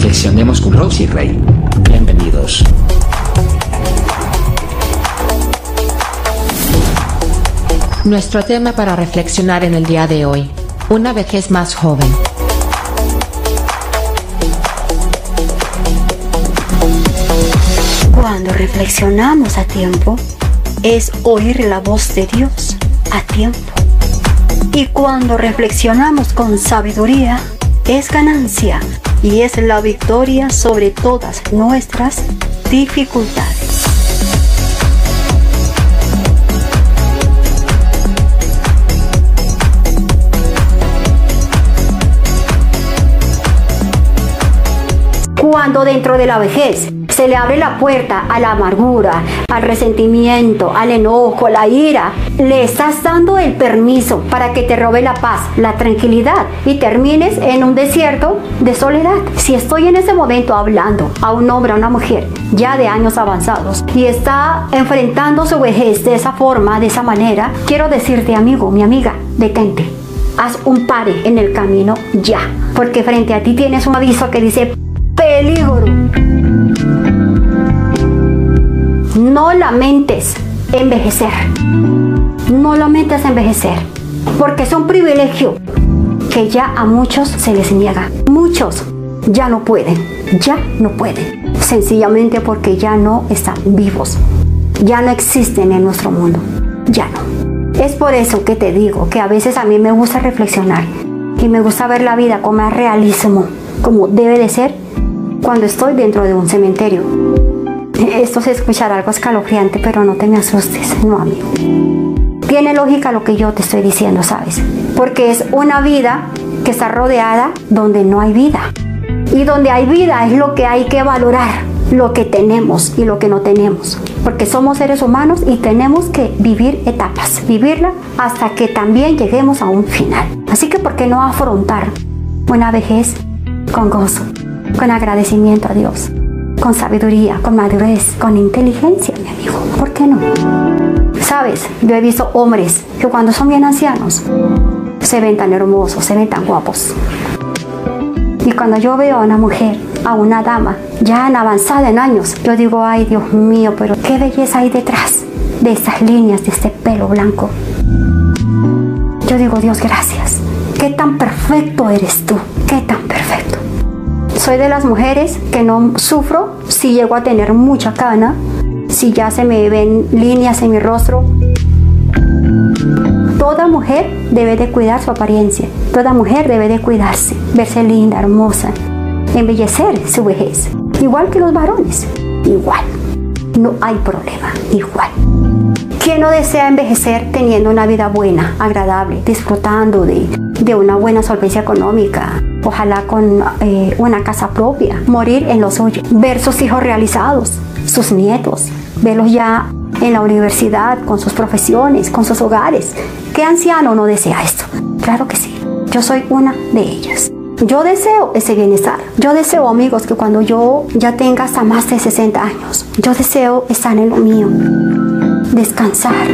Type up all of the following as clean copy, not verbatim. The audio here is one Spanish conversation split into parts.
Reflexionemos con Rose y Rey. Bienvenidos. Nuestro tema para reflexionar en el día de hoy: una vejez más joven. Cuando reflexionamos a tiempo, es oír la voz de Dios a tiempo. Y cuando reflexionamos con sabiduría, es ganancia y es la victoria sobre todas nuestras dificultades. Cuando dentro de la vejez se le abre la puerta a la amargura, al resentimiento, al enojo, a la ira, le estás dando el permiso para que te robe la paz, la tranquilidad y termines en un desierto de soledad. Si estoy en ese momento hablando a un hombre, a una mujer ya de años avanzados y está enfrentando su vejez de esa forma, de esa manera, quiero decirte, amigo, mi amiga, detente. Haz un pare en el camino ya, porque frente a ti tienes un aviso que dice peligro. No lamentes envejecer. No lamentes envejecer, porque es un privilegio que ya a muchos se les niega. Muchos ya no pueden, sencillamente porque ya no están vivos, ya no existen en nuestro mundo, ya no. Es por eso que te digo que a veces a mí me gusta reflexionar y me gusta ver la vida con más realismo, como debe de ser cuando estoy dentro de un cementerio. Esto se escuchará algo escalofriante, pero no te me asustes, no, amigo. Tiene lógica lo que yo te estoy diciendo, ¿sabes? Porque es una vida que está rodeada donde no hay vida. Y donde hay vida es lo que hay que valorar, lo que tenemos y lo que no tenemos. Porque somos seres humanos y tenemos que vivir etapas, vivirla hasta que también lleguemos a un final. Así que, ¿por qué no afrontar una vejez con gozo, con agradecimiento a Dios, con sabiduría, con madurez, con inteligencia, mi amigo? ¿Por qué no? Sabes, yo he visto hombres que cuando son bien ancianos se ven tan hermosos, se ven tan guapos. Y cuando yo veo a una mujer, a una dama ya avanzada en años, yo digo, ay Dios mío, pero qué belleza hay detrás de estas líneas, de este pelo blanco. Yo digo, Dios, gracias. Qué tan perfecto eres tú, qué tan perfecto. Soy de las mujeres que no sufro si llego a tener mucha cana, si ya se me ven líneas en mi rostro. Toda mujer debe de cuidar su apariencia, toda mujer debe de cuidarse, verse linda, hermosa, embellecer su vejez, igual que los varones, igual, no hay problema, igual. ¿Quién no desea envejecer teniendo una vida buena, agradable, disfrutando de una buena solvencia económica? Ojalá con una casa propia, morir en lo suyo, ver sus hijos realizados, sus nietos, verlos ya en la universidad, con sus profesiones, con sus hogares. ¿Qué anciano no desea esto? Claro que sí, yo soy una de ellas. Yo deseo ese bienestar. Yo deseo, amigos, que cuando yo ya tenga hasta más de 60 años, yo deseo estar en lo mío, descansar.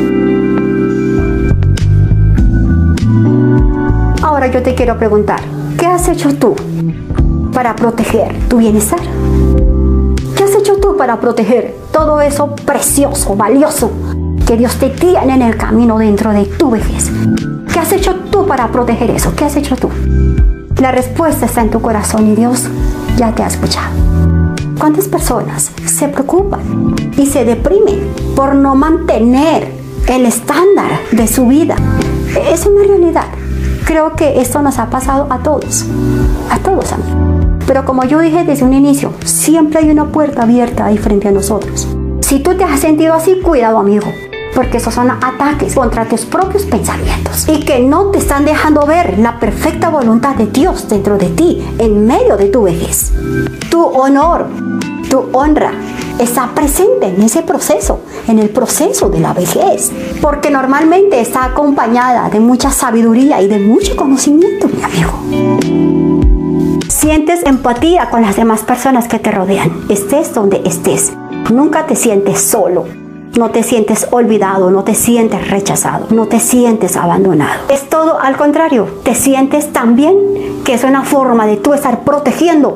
Ahora yo te quiero preguntar, ¿qué has hecho tú para proteger tu bienestar? ¿Qué has hecho tú para proteger todo eso precioso, valioso que Dios te tiene en el camino dentro de tu vejez? ¿Qué has hecho tú para proteger eso? ¿Qué has hecho tú? La respuesta está en tu corazón y Dios ya te ha escuchado. ¿Cuántas personas se preocupan y se deprimen por no mantener el estándar de su vida? Es una realidad. Creo que esto nos ha pasado a todos, amigos. Pero como yo dije desde un inicio, siempre hay una puerta abierta ahí frente a nosotros. Si tú te has sentido así, cuidado, amigo, porque esos son ataques contra tus propios pensamientos y que no te están dejando ver la perfecta voluntad de Dios dentro de ti, en medio de tu vejez. Tu honor, tu honra está presente en ese proceso, en el proceso de la vejez, porque normalmente está acompañada de mucha sabiduría y de mucho conocimiento, mi amigo. Sientes empatía con las demás personas que te rodean, estés donde estés. Nunca te sientes solo, no te sientes olvidado, no te sientes rechazado, no te sientes abandonado. Es todo al contrario, te sientes también que es una forma de tú estar protegiendo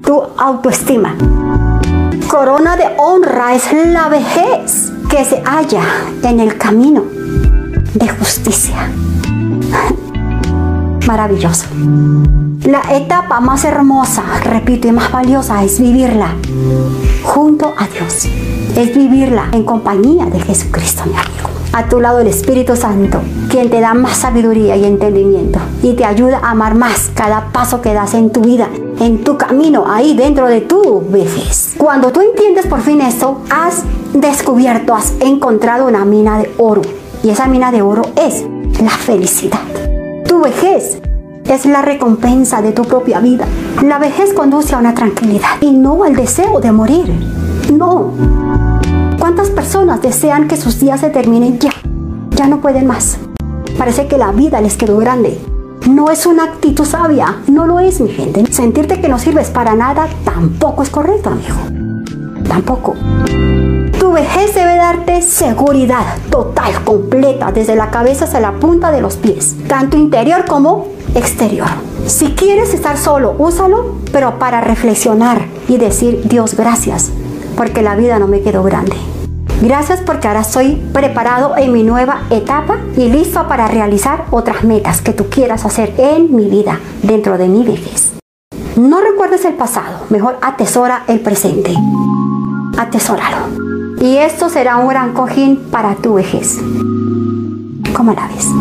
tu autoestima. Corona de honra es la vejez que se halla en el camino de justicia. Maravilloso. La etapa más hermosa, repito, y más valiosa es vivirla junto a Dios. Es vivirla en compañía de Jesucristo, mi amigo. A tu lado el Espíritu Santo, quien te da más sabiduría y entendimiento y te ayuda a amar más cada paso que das en tu vida, en tu camino, ahí dentro de tu vejez. Cuando tú entiendes por fin esto, has descubierto, has encontrado una mina de oro. Y esa mina de oro es la felicidad. Tu vejez es la recompensa de tu propia vida. La vejez conduce a una tranquilidad y no al deseo de morir. No. ¿Cuántas personas desean que sus días se terminen ya? Ya no pueden más. Parece que la vida les quedó grande. No es una actitud sabia. No lo es, mi gente. Sentirte que no sirves para nada tampoco es correcto, amigo. Tampoco. Tu vejez debe darte seguridad total, completa, desde la cabeza hasta la punta de los pies, tanto interior como exterior. Si quieres estar solo, úsalo, pero para reflexionar y decir: Dios, gracias, porque la vida no me quedó grande. Gracias porque ahora estoy preparado en mi nueva etapa y listo para realizar otras metas que tú quieras hacer en mi vida, dentro de mi vejez. No recuerdes el pasado, mejor atesora el presente. Atesóralo. Y esto será un gran cojín para tu vejez. ¿Cómo la ves?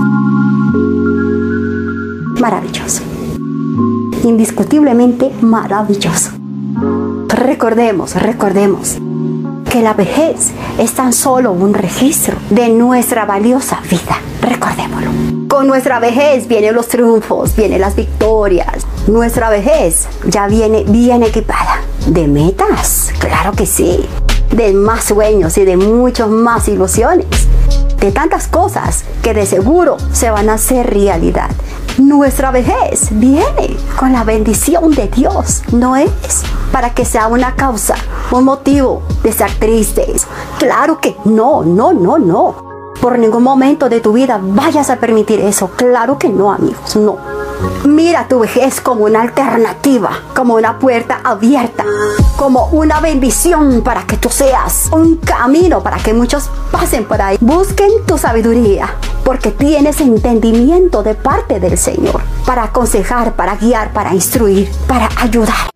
Maravilloso. Indiscutiblemente maravilloso. Recordemos que la vejez es tan solo un registro de nuestra valiosa vida. Recordémoslo. Con nuestra vejez vienen los triunfos, vienen las victorias. Nuestra vejez ya viene bien equipada de metas, claro que sí. De más sueños y de muchas más ilusiones, de tantas cosas que de seguro se van a hacer realidad. Nuestra vejez viene con la bendición de Dios, no es para que sea una causa, un motivo de estar tristes. Claro que no. Por ningún momento de tu vida vayas a permitir eso. Claro que no, amigos, no. Mira tu vejez como una alternativa, como una puerta abierta, como una bendición para que tú seas un camino para que muchos pasen por ahí. Busquen tu sabiduría, porque tienes entendimiento de parte del Señor para aconsejar, para guiar, para instruir, para ayudar.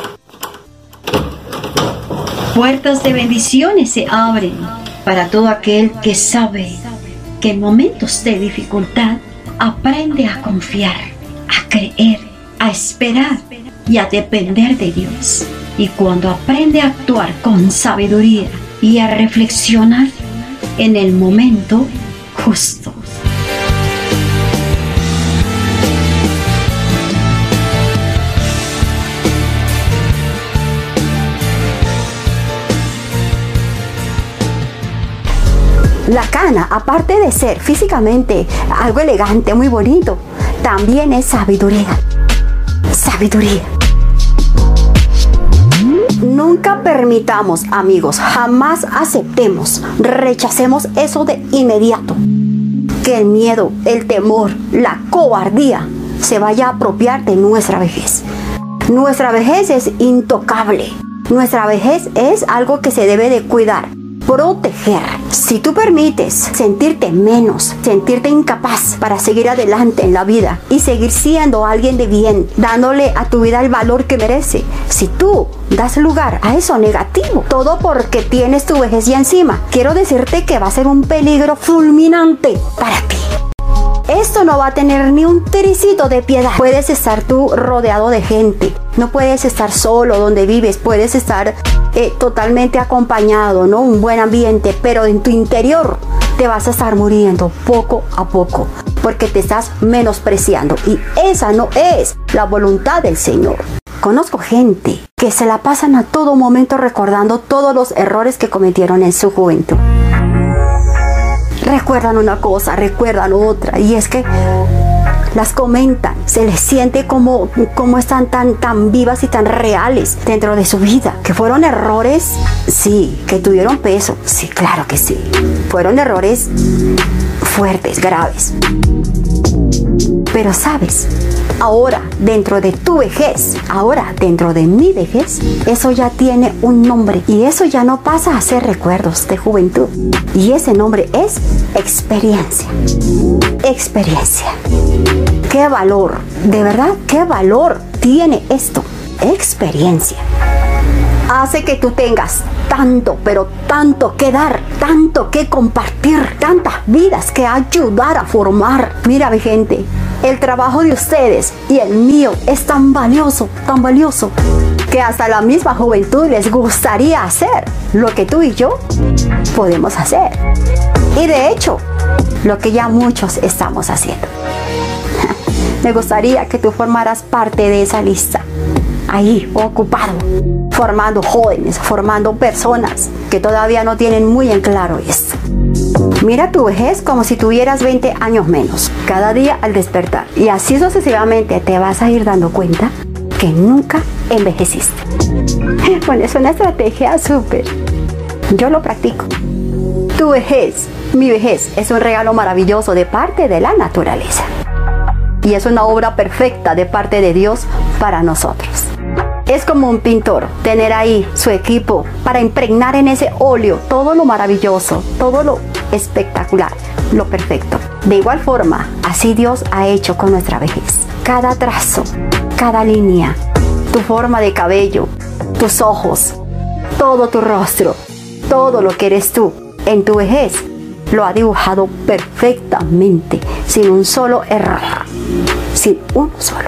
Puertas de bendiciones se abren para todo aquel que sabe que en momentos de dificultad aprende a confiar, a creer, a esperar y a depender de Dios. Y cuando aprende a actuar con sabiduría y a reflexionar en el momento justo. La cana, aparte de ser físicamente algo elegante, muy bonito, también es sabiduría. Sabiduría. Nunca permitamos, amigos, jamás aceptemos, rechacemos eso de inmediato. Que el miedo, el temor, la cobardía se vaya a apropiar de nuestra vejez. Nuestra vejez es intocable. Nuestra vejez es algo que se debe de cuidar, proteger. Si tú permites sentirte menos, sentirte incapaz para seguir adelante en la vida y seguir siendo alguien de bien, dándole a tu vida el valor que merece, si tú das lugar a eso negativo, todo porque tienes tu vejez ya encima, quiero decirte que va a ser un peligro fulminante para ti. Esto no va a tener ni un tricito de piedad. Puedes estar tú rodeado de gente, no puedes estar solo donde vives, puedes estar totalmente acompañado, ¿no? Un buen ambiente, pero en tu interior te vas a estar muriendo poco a poco porque te estás menospreciando, y esa no es la voluntad del Señor. Conozco gente que se la pasan a todo momento recordando todos los errores que cometieron en su juventud. Recuerdan una cosa, recuerdan otra, y es que las comentan, se les siente como están tan vivas y tan reales dentro de su vida. Que fueron errores, sí. Que tuvieron peso, sí, claro que sí. Fueron errores fuertes, graves. Pero sabes, Ahora, dentro de tu vejez, ahora dentro de mi vejez, eso ya tiene un nombre y eso ya no pasa a ser recuerdos de juventud. Y ese nombre es experiencia. Experiencia. ¡Qué valor! De verdad, ¿qué valor tiene esto? Experiencia. Hace que tú tengas tanto, pero tanto que dar, tanto que compartir, tantas vidas que ayudar a formar. Mira, mi gente, el trabajo de ustedes y el mío es tan valioso, que hasta la misma juventud les gustaría hacer lo que tú y yo podemos hacer. Y de hecho, lo que ya muchos estamos haciendo. Me gustaría que tú formaras parte de esa lista. Ahí, ocupado, formando jóvenes, formando personas que todavía no tienen muy en claro esto. Mira tu vejez como si tuvieras 20 años menos, cada día al despertar. Y así sucesivamente te vas a ir dando cuenta que nunca envejeciste. Bueno, es una estrategia súper. Yo lo practico. Tu vejez, mi vejez, es un regalo maravilloso de parte de la naturaleza. Y es una obra perfecta de parte de Dios para nosotros. Es como un pintor tener ahí su equipo para impregnar en ese óleo todo lo maravilloso, todo lo espectacular, lo perfecto. De igual forma, así Dios ha hecho con nuestra vejez. Cada trazo, cada línea, tu forma de cabello, tus ojos, todo tu rostro, todo lo que eres tú en tu vejez, lo ha dibujado perfectamente, sin un solo error, sin uno solo.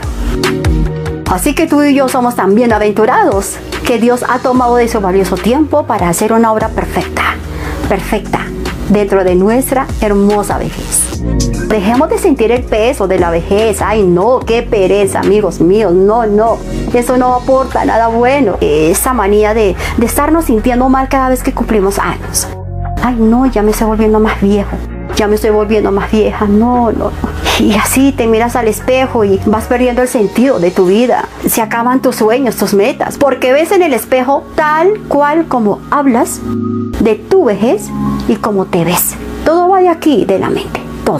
Así que tú y yo somos tan bienaventurados que Dios ha tomado de su valioso tiempo para hacer una obra perfecta, dentro de nuestra hermosa vejez. Dejemos de sentir el peso de la vejez. Ay no, qué pereza, amigos míos, no, eso no aporta nada bueno. Esa manía de estarnos sintiendo mal cada vez que cumplimos años. Ay no, ya me estoy volviendo más viejo, ya me estoy volviendo más vieja, no. Y así te miras al espejo y vas perdiendo el sentido de tu vida. Se acaban tus sueños, tus metas, porque ves en el espejo tal cual como hablas de tu vejez y como te ves. Todo va de aquí, de la mente, todo.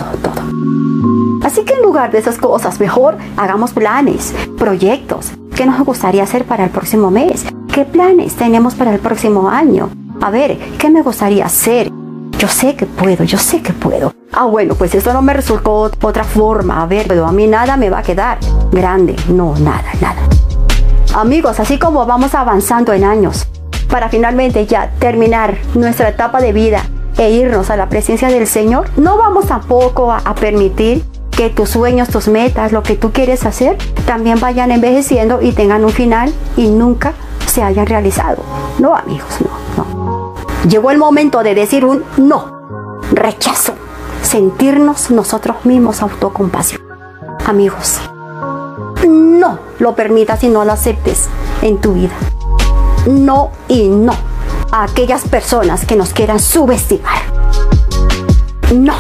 Así que en lugar de esas cosas, mejor hagamos planes, proyectos. ¿Qué nos gustaría hacer para el próximo mes? ¿Qué planes tenemos para el próximo año? A ver, ¿qué me gustaría hacer? Yo sé que puedo. Ah, bueno, pues eso no me resultó otra forma. A ver, pero a mí nada me va a quedar grande. No, nada. Amigos, así como vamos avanzando en años para finalmente ya terminar nuestra etapa de vida e irnos a la presencia del Señor, no vamos tampoco a permitir que tus sueños, tus metas, lo que tú quieres hacer, también vayan envejeciendo y tengan un final y nunca se hayan realizado. No, amigos, no. Llegó el momento de decir un no, rechazo, sentirnos nosotros mismos autocompasión. Amigos, no lo permitas y no lo aceptes en tu vida. No y no a aquellas personas que nos quieran subestimar. No.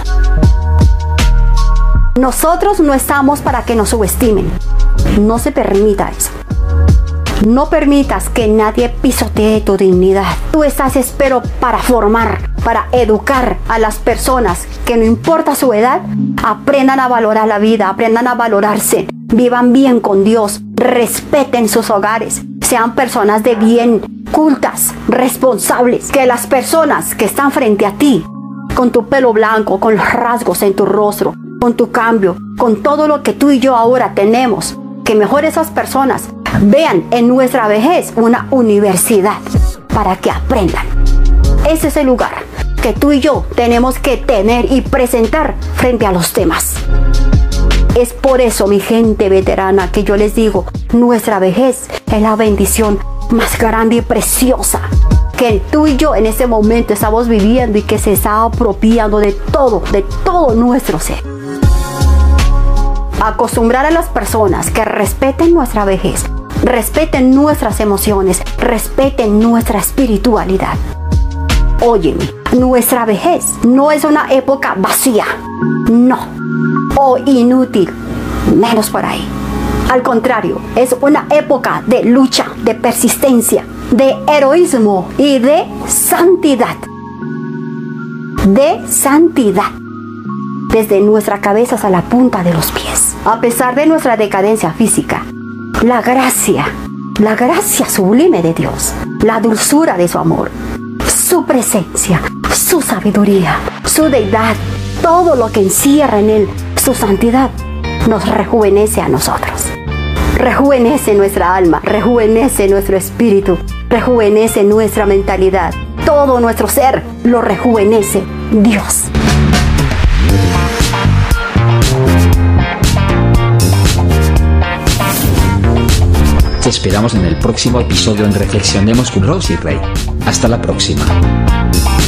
Nosotros no estamos para que nos subestimen. No se permita eso. No permitas que nadie pisotee tu dignidad. Tú estás, espero, para formar, para educar a las personas que no importa su edad, aprendan a valorar la vida, aprendan a valorarse, vivan bien con Dios, respeten sus hogares, sean personas de bien, cultas, responsables. Que las personas que están frente a ti, con tu pelo blanco, con los rasgos en tu rostro, con tu cambio, con todo lo que tú y yo ahora tenemos, que mejor esas personas vean en nuestra vejez una universidad para que aprendan. Ese es el lugar que tú y yo tenemos que tener y presentar frente a los demás. Es por eso, mi gente veterana, que yo les digo, nuestra vejez es la bendición más grande y preciosa que tú y yo en este momento estamos viviendo y que se está apropiando de todo nuestro ser. Acostumbrar a las personas que respeten nuestra vejez, respeten nuestras emociones, respeten nuestra espiritualidad. Óyeme, nuestra vejez no es una época vacía, no, o inútil, menos por ahí. Al contrario, es una época de lucha, de persistencia, de heroísmo y de santidad. De santidad. Desde nuestra cabeza hasta la punta de los pies. a pesar de nuestra decadencia física, la gracia sublime de Dios, la dulzura de su amor, su presencia, su sabiduría, su deidad, todo lo que encierra en él, su santidad, nos rejuvenece a nosotros. Rejuvenece nuestra alma, rejuvenece nuestro espíritu, rejuvenece nuestra mentalidad. Todo nuestro ser lo rejuvenece Dios. Te esperamos en el próximo episodio en Reflexionemos con Rosy Rey. Hasta la próxima.